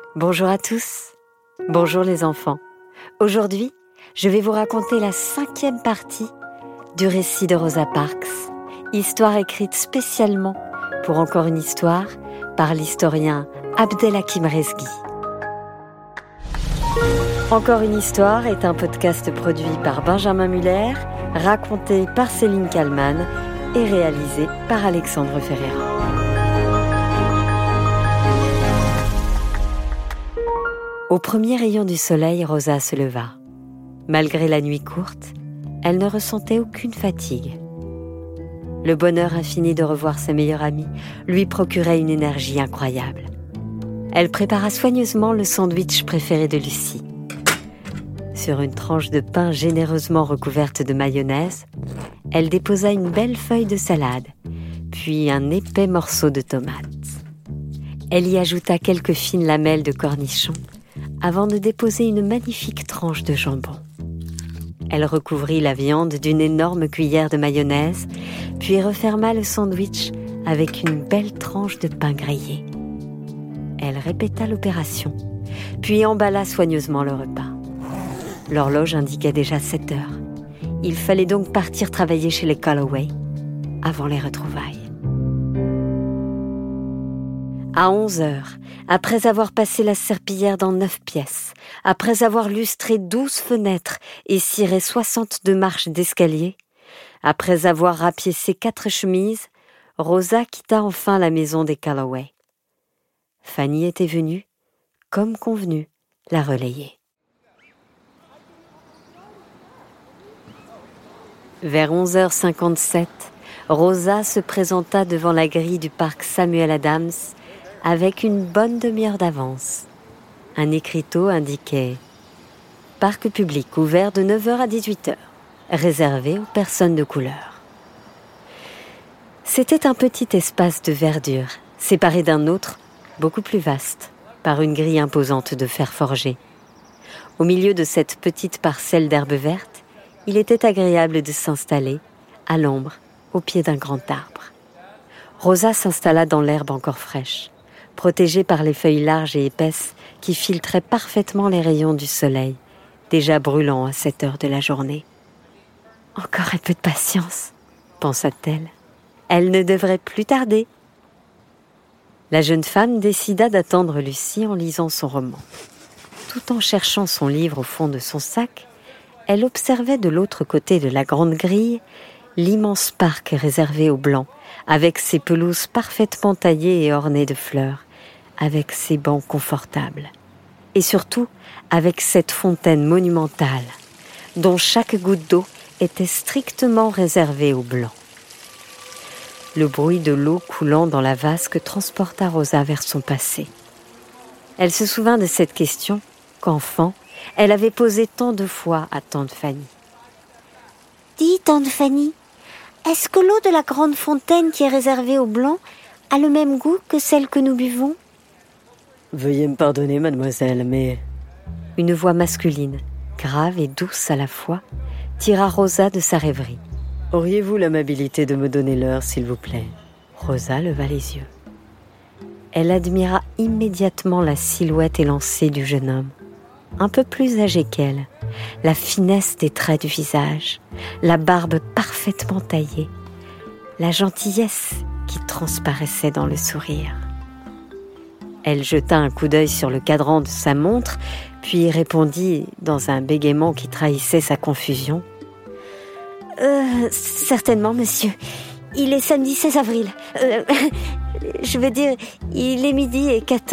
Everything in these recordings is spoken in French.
Bonjour à tous, bonjour les enfants. Aujourd'hui, je vais vous raconter la 5e partie du récit de Rosa Parks, histoire écrite spécialement pour Encore une histoire par l'historien Abdelhakim Rezghi. Encore une histoire est un podcast produit par Benjamin Muller, raconté par Céline Kallmann et réalisé par Alexandre Ferreira. Au premier rayon du soleil, Rosa se leva. Malgré la nuit courte, elle ne ressentait aucune fatigue. Le bonheur infini de revoir sa meilleure amie lui procurait une énergie incroyable. Elle prépara soigneusement le sandwich préféré de Lucie. Sur une tranche de pain généreusement recouverte de mayonnaise, elle déposa une belle feuille de salade, puis un épais morceau de tomate. Elle y ajouta quelques fines lamelles de cornichons, avant de déposer une magnifique tranche de jambon. Elle recouvrit la viande d'une énorme cuillère de mayonnaise, puis referma le sandwich avec une belle tranche de pain grillé. Elle répéta l'opération, puis emballa soigneusement le repas. L'horloge indiquait déjà 7 heures. Il fallait donc partir travailler chez les Calloway avant les retrouvailles. À 11 heures, après avoir passé la serpillière dans 9 pièces, après avoir lustré 12 fenêtres et ciré 62 marches d'escalier, après avoir rapiécé 4 chemises, Rosa quitta enfin la maison des Calloway. Fanny était venue, comme convenu, la relayer. Vers 11h57, Rosa se présenta devant la grille du parc Samuel Adams avec une bonne demi-heure d'avance. Un écriteau indiquait « Parc public ouvert de 9h à 18h, réservé aux personnes de couleur ». C'était un petit espace de verdure, séparé d'un autre, beaucoup plus vaste, par une grille imposante de fer forgé. Au milieu de cette petite parcelle d'herbe verte, il était agréable de s'installer, à l'ombre, au pied d'un grand arbre. Rosa s'installa dans l'herbe encore fraîche, protégée par les feuilles larges et épaisses qui filtraient parfaitement les rayons du soleil, déjà brûlant à cette heure de la journée. « Encore un peu de patience », pensa-t-elle. « Elle ne devrait plus tarder. » La jeune femme décida d'attendre Lucie en lisant son roman. Tout en cherchant son livre au fond de son sac, elle observait de l'autre côté de la grande grille l'immense parc réservé aux Blancs, avec ses pelouses parfaitement taillées et ornées de fleurs, avec ses bancs confortables, et surtout avec cette fontaine monumentale, dont chaque goutte d'eau était strictement réservée aux Blancs. Le bruit de l'eau coulant dans la vasque transporta Rosa vers son passé. Elle se souvint de cette question qu'enfant, elle avait posée tant de fois à tante Fanny. « Dis, tante Fanny, est-ce que l'eau de la grande fontaine qui est réservée aux Blancs a le même goût que celle que nous buvons ?» « Veuillez me pardonner, mademoiselle, mais... » Une voix masculine, grave et douce à la fois, tira Rosa de sa rêverie. « Auriez-vous l'amabilité de me donner l'heure, s'il vous plaît ?» Rosa leva les yeux. Elle admira immédiatement la silhouette élancée du jeune homme, un peu plus âgé qu'elle, la finesse des traits du visage, la barbe parfaitement taillée, la gentillesse qui transparaissait dans le sourire. Elle jeta un coup d'œil sur le cadran de sa montre, puis répondit dans un bégaiement qui trahissait sa confusion. « Certainement, monsieur. Il est samedi 16 avril. Je veux dire, il est 12h14. »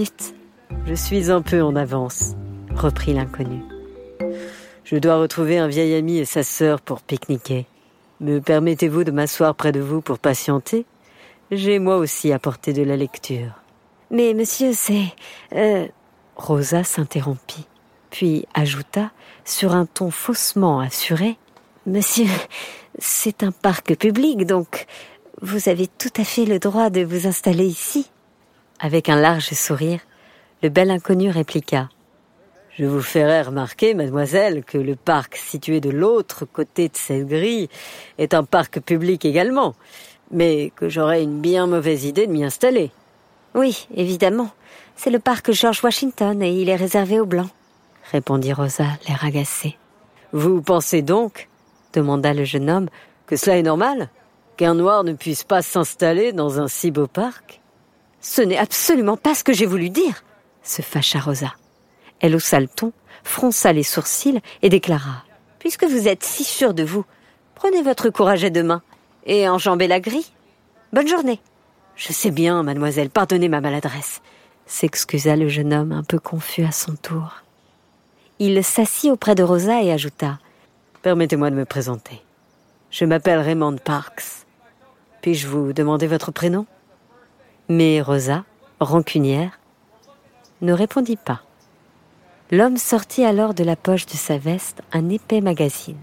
« Je suis un peu en avance, » reprit l'inconnu. « Je dois retrouver un vieil ami et sa sœur pour pique-niquer. Me permettez-vous de m'asseoir près de vous pour patienter ? J'ai moi aussi apporté de la lecture. » « Mais monsieur, c'est... Rosa s'interrompit, puis ajouta, sur un ton faussement assuré, « Monsieur, c'est un parc public, donc vous avez tout à fait le droit de vous installer ici. » Avec un large sourire, le bel inconnu répliqua. « Je vous ferai remarquer, mademoiselle, que le parc situé de l'autre côté de cette grille est un parc public également, mais que j'aurais une bien mauvaise idée de m'y installer. » « Oui, évidemment. c'est le parc George Washington et il est réservé aux Blancs, répondit Rosa, l'air agacée. Vous pensez donc, demanda le jeune homme, que cela est normal? Qu'un noir ne puisse pas s'installer dans un si beau parc? Ce n'est absolument pas ce que j'ai voulu dire, se fâcha Rosa. Elle haussa le ton, fronça les sourcils et déclara: puisque vous êtes si sûr de vous, prenez votre courage à deux mains et enjambez la grille. Bonne journée. Je sais bien, mademoiselle, pardonnez ma maladresse, s'excusa le jeune homme un peu confus à son tour. Il s'assit auprès de Rosa et ajouta: permettez-moi de me présenter. Je m'appelle Raymond Parks. Puis-je vous demander votre prénom? Mais Rosa, rancunière, ne répondit pas. L'homme sortit alors de la poche de sa veste un épais magazine.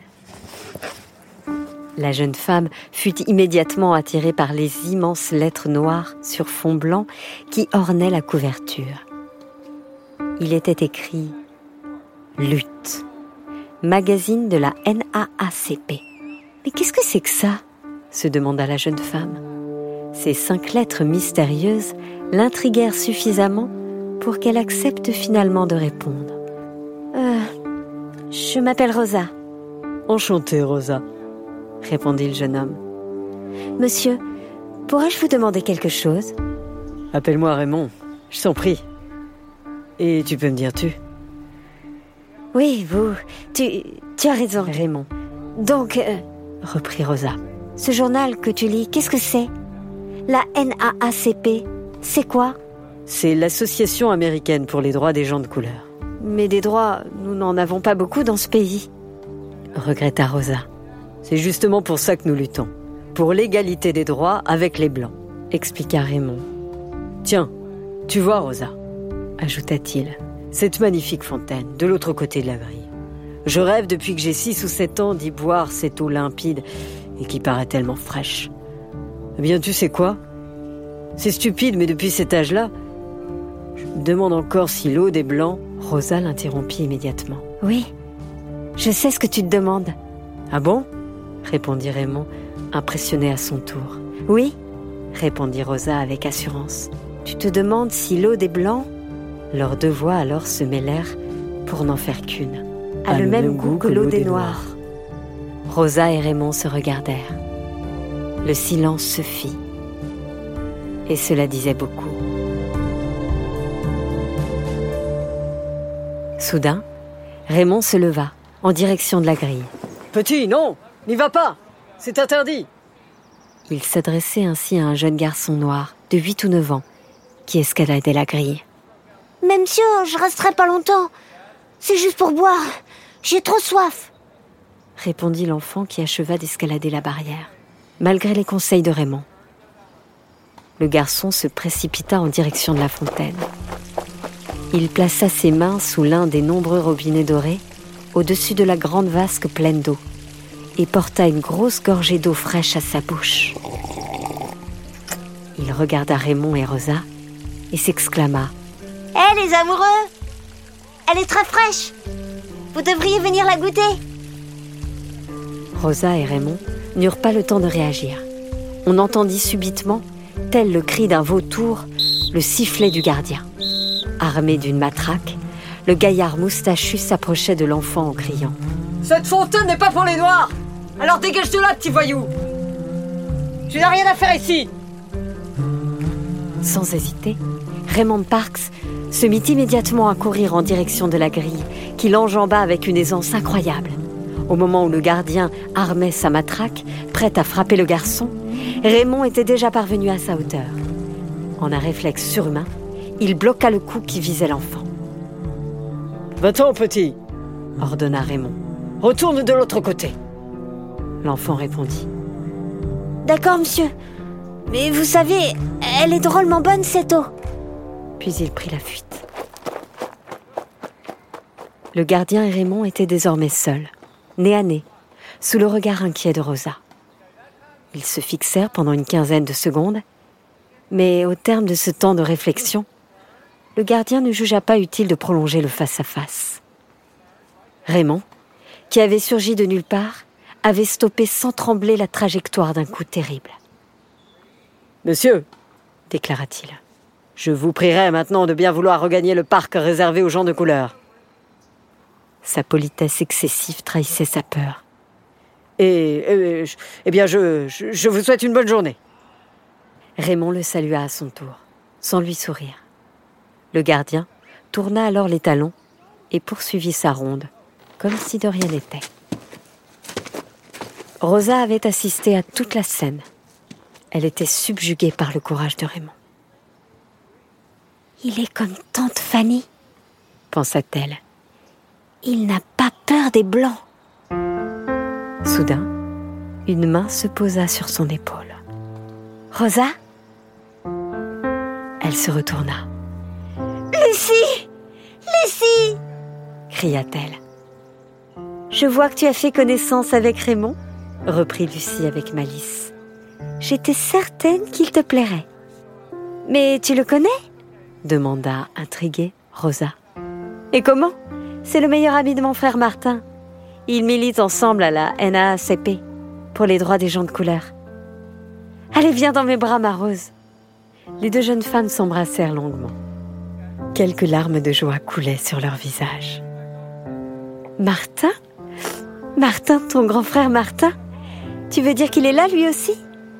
La jeune femme fut immédiatement attirée par les immenses lettres noires sur fond blanc qui ornaient la couverture. Il était écrit « Lutte », magazine de la NAACP. « Mais qu'est-ce que c'est que ça ?» se demanda la jeune femme. Ces 5 lettres mystérieuses l'intriguèrent suffisamment pour qu'elle accepte finalement de répondre. Je m'appelle Rosa. » Enchantée, Rosa, répondit le jeune homme. Monsieur, pourrais-je vous demander quelque chose? Appelle-moi Raymond, je t'en prie. Et tu peux me dire tu? Oui, tu as raison, Raymond. Donc, reprit Rosa, ce journal que tu lis, qu'est-ce que c'est? La NAACP, c'est quoi? C'est l'Association américaine pour les droits des gens de couleur. Mais des droits, nous n'en avons pas beaucoup dans ce pays, regretta Rosa. C'est justement pour ça que nous luttons. Pour l'égalité des droits avec les Blancs, expliqua Raymond. Tiens, tu vois Rosa, ajouta-t-il, cette magnifique fontaine de l'autre côté de la grille. Je rêve depuis que j'ai 6 ou 7 ans d'y boire cette eau limpide et qui paraît tellement fraîche. Eh bien, tu sais quoi? C'est stupide, mais depuis cet âge-là, je me demande encore si l'eau des Blancs... Rosa l'interrompit immédiatement. Oui, je sais ce que tu te demandes. Ah bon? Répondit Raymond, impressionné à son tour. Oui, répondit Rosa avec assurance. Tu te demandes si l'eau des Blancs... Leurs 2 voix alors se mêlèrent pour n'en faire qu'une. A le même goût que l'eau des Noirs. Rosa et Raymond se regardèrent. Le silence se fit. Et cela disait beaucoup. Soudain, Raymond se leva, en direction de la grille. « Petit, non, n'y va pas, c'est interdit !» Il s'adressait ainsi à un jeune garçon noir, de 8 ou 9 ans, qui escaladait la grille. « Mais monsieur, je resterai pas longtemps. C'est juste pour boire. J'ai trop soif !» répondit l'enfant qui acheva d'escalader la barrière, malgré les conseils de Raymond. Le garçon se précipita en direction de la fontaine. Il plaça ses mains sous l'un des nombreux robinets dorés, au-dessus de la grande vasque pleine d'eau, et porta une grosse gorgée d'eau fraîche à sa bouche. Il regarda Raymond et Rosa et s'exclama: « Hé les amoureux! Elle est très fraîche! Vous devriez venir la goûter !» Rosa et Raymond n'eurent pas le temps de réagir. On entendit subitement, tel le cri d'un vautour, le sifflet du gardien. Armé d'une matraque, le gaillard moustachu s'approchait de l'enfant en criant: « Cette fontaine n'est pas pour les Noirs! Alors dégage de là, petit voyou! Tu n'as rien à faire ici !» Sans hésiter, Raymond Parks se mit immédiatement à courir en direction de la grille, qu'il enjamba avec une aisance incroyable. Au moment où le gardien armait sa matraque, prêt à frapper le garçon, Raymond était déjà parvenu à sa hauteur. En un réflexe surhumain, il bloqua le coup qui visait l'enfant. « Va-t'en, petit !» ordonna Raymond. « Retourne de l'autre côté !» L'enfant répondit. « D'accord, monsieur. Mais vous savez, elle est drôlement bonne, cette eau. » Puis il prit la fuite. Le gardien et Raymond étaient désormais seuls, nez à nez, sous le regard inquiet de Rosa. Ils se fixèrent pendant une quinzaine de secondes, mais au terme de ce temps de réflexion, le gardien ne jugea pas utile de prolonger le face-à-face. Raymond, qui avait surgi de nulle part, avait stoppé sans trembler la trajectoire d'un coup terrible. « Monsieur, déclara-t-il, Je vous prierai maintenant de bien vouloir regagner le parc réservé aux gens de couleur. » Sa politesse excessive trahissait sa peur. Eh bien, je vous souhaite une bonne journée. » Raymond le salua à son tour, sans lui sourire. Le gardien tourna alors les talons et poursuivit sa ronde, comme si de rien n'était. Rosa avait assisté à toute la scène. Elle était subjuguée par le courage de Raymond. « Il est comme tante Fanny, » pensa-t-elle. « Il n'a pas peur des Blancs. » Soudain, une main se posa sur son épaule. « Rosa ?» Elle se retourna. « Lucie ! Lucie !» cria-t-elle. « Je vois que tu as fait connaissance avec Raymond, » reprit Lucie avec malice. « J'étais certaine qu'il te plairait. »« Mais tu le connais ?» demanda, intriguée, Rosa. « Et comment ? C'est le meilleur ami de mon frère Martin. Ils militent ensemble à la NAACP pour les droits des gens de couleur. Allez, viens dans mes bras, ma Rose. » Les deux jeunes femmes s'embrassèrent longuement. Quelques larmes de joie coulaient sur leurs visages. « Martin ? Martin, ton grand frère Martin ? Tu veux dire qu'il est là, lui aussi ?»«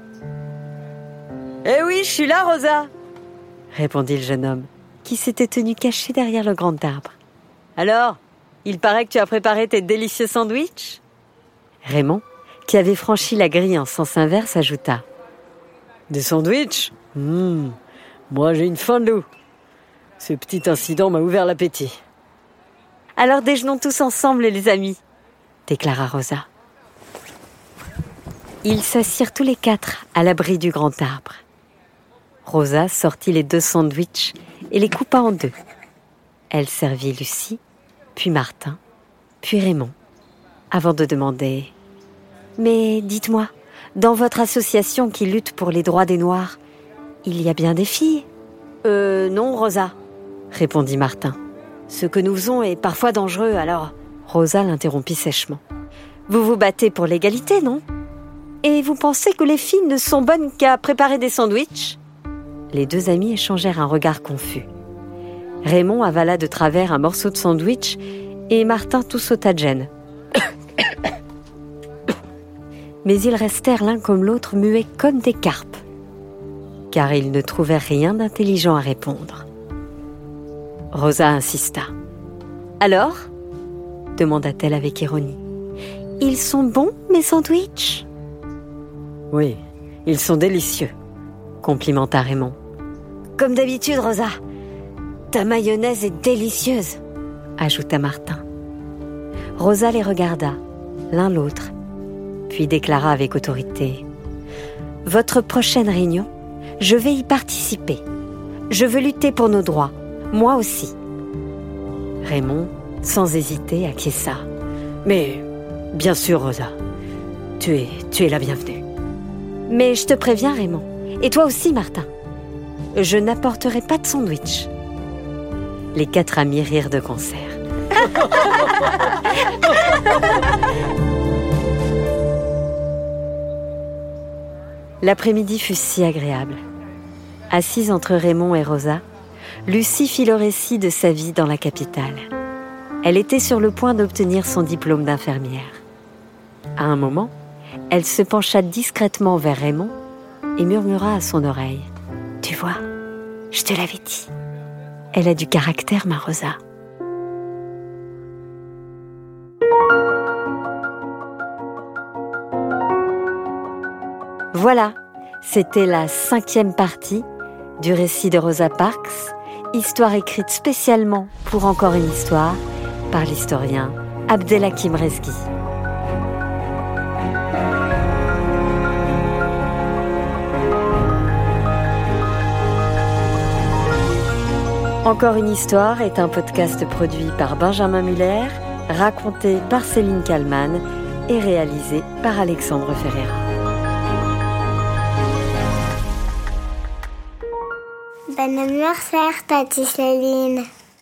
Eh oui, je suis là, Rosa !» répondit le jeune homme, qui s'était tenu caché derrière le grand arbre. « Alors, il paraît que tu as préparé tes délicieux sandwichs ?» Raymond, qui avait franchi la grille en sens inverse, ajouta. « Des sandwichs ? Moi j'ai une faim de loup. Ce petit incident m'a ouvert l'appétit. »« Alors déjeunons tous ensemble, les amis, » déclara Rosa. Ils s'assirent tous les quatre à l'abri du grand arbre. Rosa sortit les 2 sandwichs et les coupa en 2. Elle servit Lucie, puis Martin, puis Raymond, avant de demander « Mais dites-moi, dans votre association qui lutte pour les droits des Noirs, il y a bien des filles ?»« Non, Rosa, » répondit Martin. « Ce que nous faisons est parfois dangereux, alors... » Rosa l'interrompit sèchement. « Vous vous battez pour l'égalité, non ? Et vous pensez que les filles ne sont bonnes qu'à préparer des sandwichs ?» Les 2 amis échangèrent un regard confus. Raymond avala de travers un morceau de sandwich et Martin tout sauta de gêne. Mais ils restèrent l'un comme l'autre muets comme des carpes, car ils ne trouvaient rien d'intelligent à répondre. Rosa insista. « Alors ?» demanda-t-elle avec ironie. « Ils sont bons, mes sandwichs ?»« Oui, ils sont délicieux, » complimenta Raymond. « Comme d'habitude, Rosa, ta mayonnaise est délicieuse, » ajouta Martin. Rosa les regarda, l'un l'autre, puis déclara avec autorité. « Votre prochaine réunion, je vais y participer. Je veux lutter pour nos droits, moi aussi. » Raymond, sans hésiter, acquiesça. « Mais, bien sûr, Rosa, tu es la bienvenue. »« Mais je te préviens, Raymond, et toi aussi, Martin, je n'apporterai pas de sandwich. » Les 4 amis rirent de concert. L'après-midi fut si agréable. Assise entre Raymond et Rosa, Lucie fit le récit de sa vie dans la capitale. Elle était sur le point d'obtenir son diplôme d'infirmière. À un moment, elle se pencha discrètement vers Raymond et murmura à son oreille. « Tu vois, je te l'avais dit. Elle a du caractère, ma Rosa. » Voilà, c'était la 5e partie du récit de Rosa Parks, histoire écrite spécialement pour Encore une histoire par l'historien Abdelhakim Rezghi. Encore une histoire est un podcast produit par Benjamin Muller, raconté par Céline Kallmann et réalisé par Alexandre Ferreira. Bon anniversaire, Tati Céline.